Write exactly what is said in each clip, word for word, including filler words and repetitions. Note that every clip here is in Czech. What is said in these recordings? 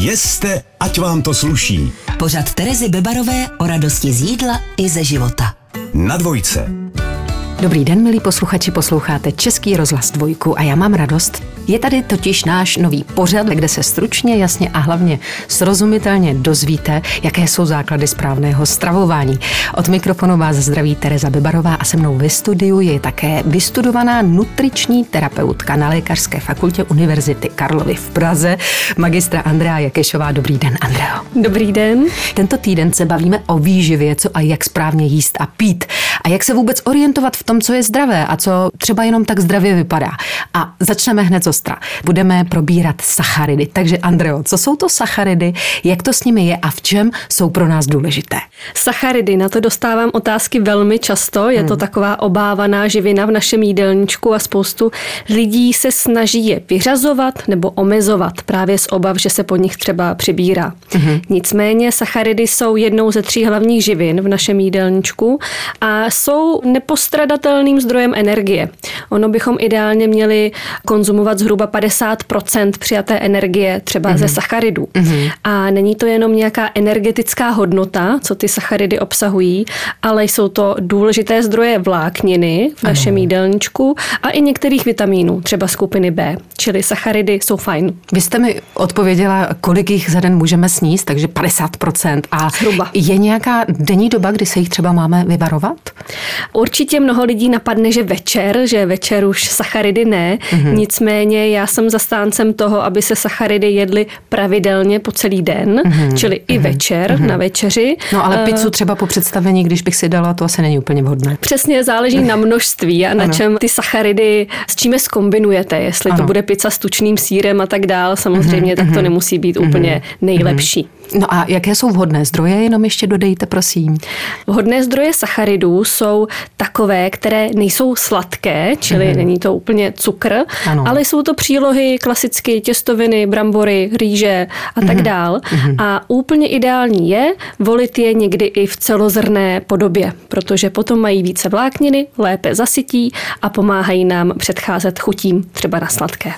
Jeste, ať vám to sluší. Pořad Terezy Bebarové o radosti z jídla i ze života. Na Dvojce. Dobrý den, milí posluchači, posloucháte Český rozhlas Dvojku a já mám radost. Je tady totiž náš nový pořad, kde se stručně, jasně a hlavně srozumitelně dozvíte, jaké jsou základy správného stravování. Od mikrofonu vás zdraví Tereza Bebarová a se mnou ve studiu je také vystudovaná nutriční terapeutka na Lékařské fakultě Univerzity Karlovy v Praze, magistra Andrea Jakešová. Dobrý den, Andreo. Dobrý den. Tento týden se bavíme o výživě, co a jak správně jíst a pít a jak se vůbec orientovat v tom, co je zdravé a co třeba jenom tak zdravě vypadá. A začneme hned z ostra. Budeme probírat sacharidy. Takže Andreo, co jsou to sacharidy, jak to s nimi je a v čem jsou pro nás důležité? Sacharidy, na to dostávám otázky velmi často. Je to hmm. taková obávaná živina v našem jídelníčku a spoustu lidí se snaží je vyřazovat nebo omezovat právě z obav, že se po nich třeba přibírá. Hmm. Nicméně sacharidy jsou jednou ze tří hlavních živin v našem jídelníčku a jsou nepostradatelným zdrojem energie. Ono bychom ideálně měli konzumovat zhruba padesát procent přijaté energie třeba mm-hmm. ze sacharidů. Mm-hmm. A není to jenom nějaká energetická hodnota, co ty sacharidy obsahují, ale jsou to důležité zdroje vlákniny v našem jídelníčku a i některých vitamínů, třeba skupiny B. Čili sacharidy jsou fajn. Vy jste mi odpověděla, kolik jich za den můžeme sníst, takže padesát procent. A zhruba. Je nějaká denní doba, kdy se jich třeba máme vyvarovat? Určitě mnoho lidí napadne, že večer, že večer už sacharidy ne. Mm-hmm. Nicméně já jsem zastáncem toho, aby se sacharidy jedly pravidelně po celý den, mm-hmm. čili mm-hmm. i večer mm-hmm. na večeři. No ale pizzu třeba po představení, když bych si dala, to asi není úplně vhodné. Přesně, záleží na množství a na ano. čem ty sacharidy, s čím je zkombinujete. Jestli ano. to bude pizza s tučným sýrem a tak dál, samozřejmě, mm-hmm. tak to nemusí být mm-hmm. úplně nejlepší. No a jaké jsou vhodné zdroje? Jenom ještě dodejte, prosím. Vhodné zdroje sacharidů jsou takové, které nejsou sladké, čili mm. není to úplně cukr, ano. ale jsou to přílohy klasicky těstoviny, brambory, rýže a tak mm. dál. Mm. A úplně ideální je volit je někdy i v celozrnné podobě, protože potom mají více vlákniny, lépe zasytí a pomáhají nám předcházet chutím třeba na sladké.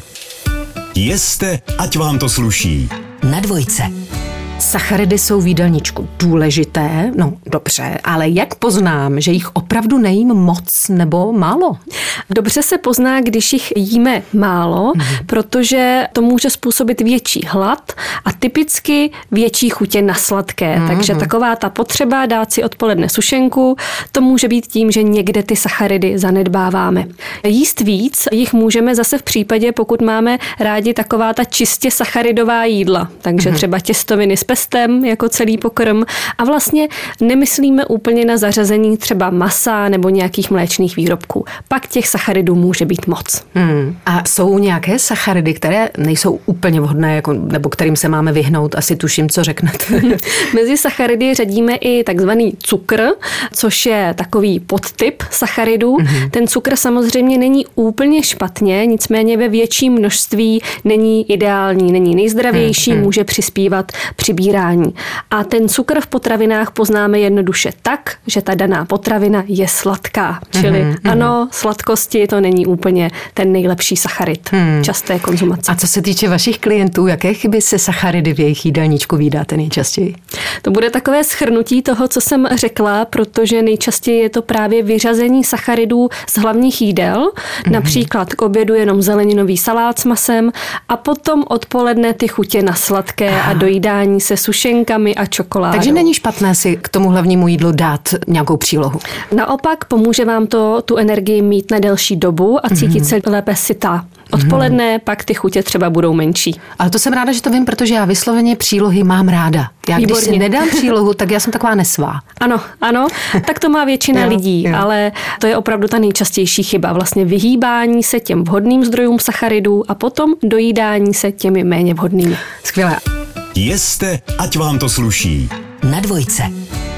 Jeste, ať vám to sluší. Na Dvojce. Sacharidy jsou v jídelníčku důležité, no dobře, ale jak poznám, že jich opravdu nejím moc nebo málo? Dobře se pozná, když jich jíme málo, mm. protože to může způsobit větší hlad a typicky větší chutě na sladké. Mm. Takže taková ta potřeba dát si odpoledne sušenku, to může být tím, že někde ty sacharidy zanedbáváme. Jíst víc jich můžeme zase v případě, pokud máme rádi taková ta čistě sacharidová jídla, takže mm. třeba těstoviny s pestem jako celý pokrm a vlastně nemyslíme úplně na zařazení třeba masa nebo nějakých mléčných výrobků. Pak těch sacharidů může být moc. Hmm. A jsou nějaké sacharidy, které nejsou úplně vhodné, jako, nebo kterým se máme vyhnout? Asi tuším, co řeknete. Mezi sacharidy řadíme i takzvaný cukr, což je takový podtyp sacharidů. Hmm. Ten cukr samozřejmě není úplně špatně, nicméně ve větším množství není ideální, není nejzdravější, hmm. může přispívat při bírání. A ten cukr v potravinách poznáme jednoduše tak, že ta daná potravina je sladká. Čili mm-hmm. ano, sladkosti to není úplně ten nejlepší sacharid mm. časté konzumace. A co se týče vašich klientů, jaké chyby se sacharidy v jejich jídelníčku vídáte nejčastěji? To bude takové shrnutí toho, co jsem řekla, protože nejčastěji je to právě vyřazení sacharidů z hlavních jídel, mm-hmm. například k obědu jenom zeleninový salát s masem a potom odpoledne ty chutě na sladké ah. a dojídání se sušenkami a čokoládou. Takže není špatné si k tomu hlavnímu jídlu dát nějakou přílohu. Naopak pomůže vám to tu energii mít na delší dobu a cítit mm-hmm. se lépe sytá. Odpoledne mm-hmm. pak ty chutě třeba budou menší. Ale to jsem ráda, že to vím, protože já vysloveně přílohy mám ráda. Já když Výborně. si nedám přílohu, tak já jsem taková nesvá. Ano, ano, tak to má většina jo, lidí, jo. ale to je opravdu ta nejčastější chyba. Vlastně vyhýbání se těm vhodným zdrojům sacharidů a potom dojídání se těmi méně vhodnými. Skvělé. Jeste, ať vám to sluší. Na Dvojce.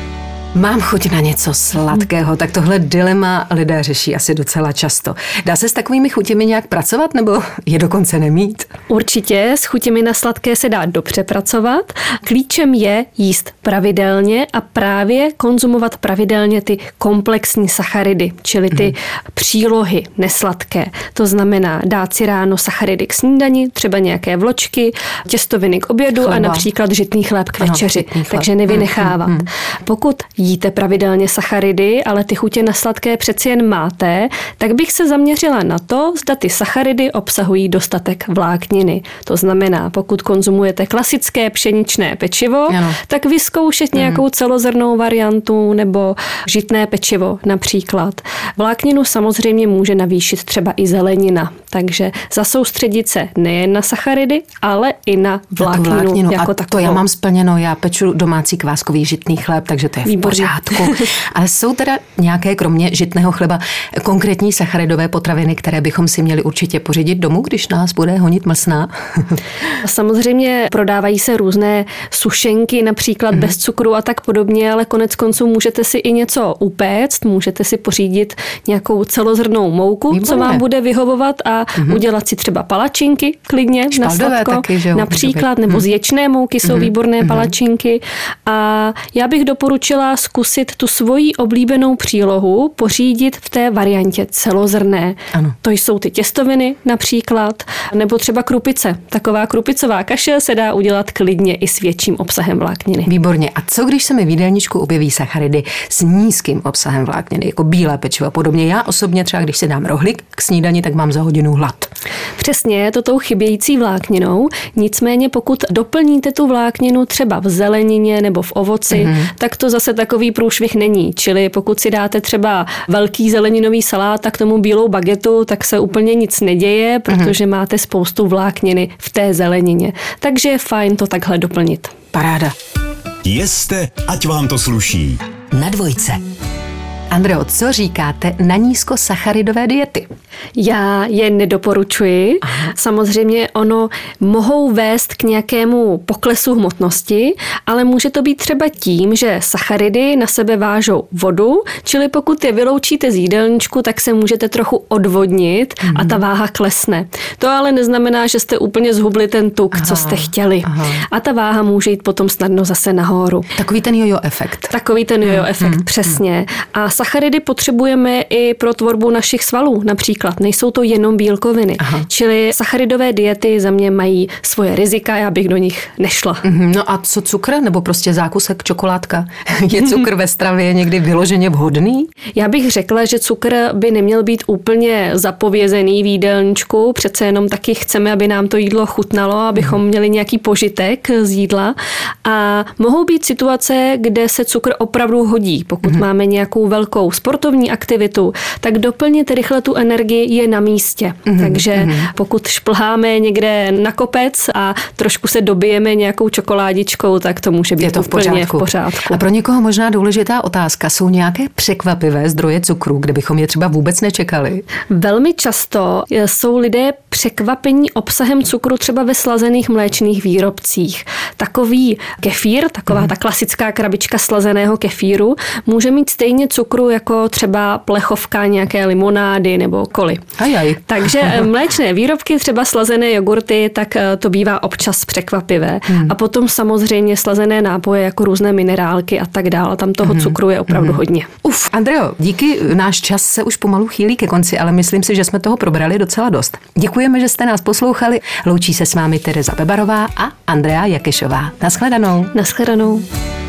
Mám chuť na něco sladkého, tak tohle dilema lidé řeší asi docela často. Dá se s takovými chutěmi nějak pracovat, nebo je dokonce nemít? Určitě, s chutěmi na sladké se dá dobře pracovat. Klíčem je jíst pravidelně a právě konzumovat pravidelně ty komplexní sacharidy, čili ty mm. přílohy nesladké. To znamená dát si ráno sacharidy k snídani, třeba nějaké vločky, těstoviny k obědu Chleba. A například žitný chléb k večeři. Ano, takže nevynechávat. Mm, mm, mm. Pokud jíte pravidelně sacharidy, ale ty chutě na sladké přeci jen máte, tak bych se zaměřila na to, zda ty sacharidy obsahují dostatek vlákniny. To znamená, pokud konzumujete klasické pšeničné pečivo, ano. tak vyzkoušet mm. nějakou celozrnnou variantu nebo žitné pečivo například. Vlákninu samozřejmě může navýšit třeba i zelenina, takže zasoustředit se nejen na sacharidy, ale i na vlákninu, na vlákninu. Jako a takovou. To já mám splněno, já peču domácí kváskový žitný chléb, takže to je v pořádku. Ale jsou teda nějaké, kromě žitného chleba, konkrétní sacharidové potraviny, které bychom si měli určitě pořídit domů, když nás bude honit mlsná? Samozřejmě prodávají se různé sušenky, například mm. bez cukru a tak podobně, ale konec konců můžete si i něco upéct, můžete si pořídit nějakou celozrnnou mouku, Výborně. Co vám bude vyhovovat a mm. udělat si třeba palačinky klidně Špaldové na sladko. Taky, že jo, například, nebo mm. z ječné mouky jsou mm. výborné mm. palačinky. A já bych doporučila zkusit tu svoji oblíbenou přílohu pořídit v té variantě celozrnné. Ano. To jsou ty těstoviny například, nebo třeba krupice. Taková krupicová kaše se dá udělat klidně i s větším obsahem vlákniny. Výborně. A co když se mi v jídelníčku objeví sacharidy s nízkým obsahem vlákniny, jako bílé pečivo a podobně? Já osobně třeba, když si dám rohlík k snídani, tak mám za hodinu hlad. Přesně, je to tou chybějící vlákninou. Nicméně pokud doplníte tu vlákninu třeba v zelenině nebo v ovoci, mm-hmm. tak to zase takový průšvih není. Čili pokud si dáte třeba velký zeleninový salát a k tomu bílou bagetu, tak se úplně nic neděje, protože mm-hmm. máte spoustu vlákniny v té zelenině. Takže je fajn to takhle doplnit. Paráda. Jeste, ať vám to sluší. Na dvojce. Andreo, co říkáte na nízkosacharidové diety? Já je nedoporučuji. Aha. Samozřejmě ono mohou vést k nějakému poklesu hmotnosti, ale může to být třeba tím, že sacharidy na sebe vážou vodu, čili pokud je vyloučíte z jídelníčku, tak se můžete trochu odvodnit mhm. a ta váha klesne. To ale neznamená, že jste úplně zhubli ten tuk, aha. co jste chtěli. Aha. A ta váha může jít potom snadno zase nahoru. Takový ten jojo efekt. Takový ten jojo efekt, hmm. přesně. A sacharidy potřebujeme i pro tvorbu našich svalů například. Nejsou to jenom bílkoviny. Aha. Čili sacharidové diety za mě mají svoje rizika, já bych do nich nešla. No a co cukr? Nebo prostě zákusek, čokoládka? Je cukr ve stravě někdy vyloženě vhodný? Já bych řekla, že cukr by neměl být úplně zapovězený v jídelníčku. Přece jenom taky chceme, aby nám to jídlo chutnalo, abychom měli nějaký požitek z jídla. A mohou být situace, kde se cukr opravdu hodí. Pokud mm-hmm. máme nějakou velkou sportovní aktivitu, tak doplnit rychle tu energii je na místě. Mm-hmm. Takže mm-hmm. pokud šplháme někde na kopec a trošku se dobijeme nějakou čokoládičkou, tak to může být je to v úplně pořádku. v pořádku. A pro někoho možná důležitá otázka. Jsou nějaké překvapivé zdroje cukru, kde bychom je třeba vůbec nečekali? Velmi často jsou lidé překvapení obsahem cukru třeba ve slazených mléčných výrobcích. Takový kefír, taková mm. ta klasická krabička slazeného kefíru, může mít stejně cukru jako třeba plechovka nějaké limonády nebo koly. Ajaj. Takže mléčné výrobky, třeba slazené jogurty, tak to bývá občas překvapivé. Mm. A potom samozřejmě slazené nápoje jako různé minerálky a tak dále. Tam toho mm. cukru je opravdu mm. hodně. Uf, Andreo, díky, náš čas se už pomalu chýlí ke konci, ale myslím si, že jsme toho probrali docela dost. Děkujeme, že jste nás poslouchali. Loučí se s vámi Tereza Bebarová a Andrea Jakešová. Naschledanou. Naschledanou.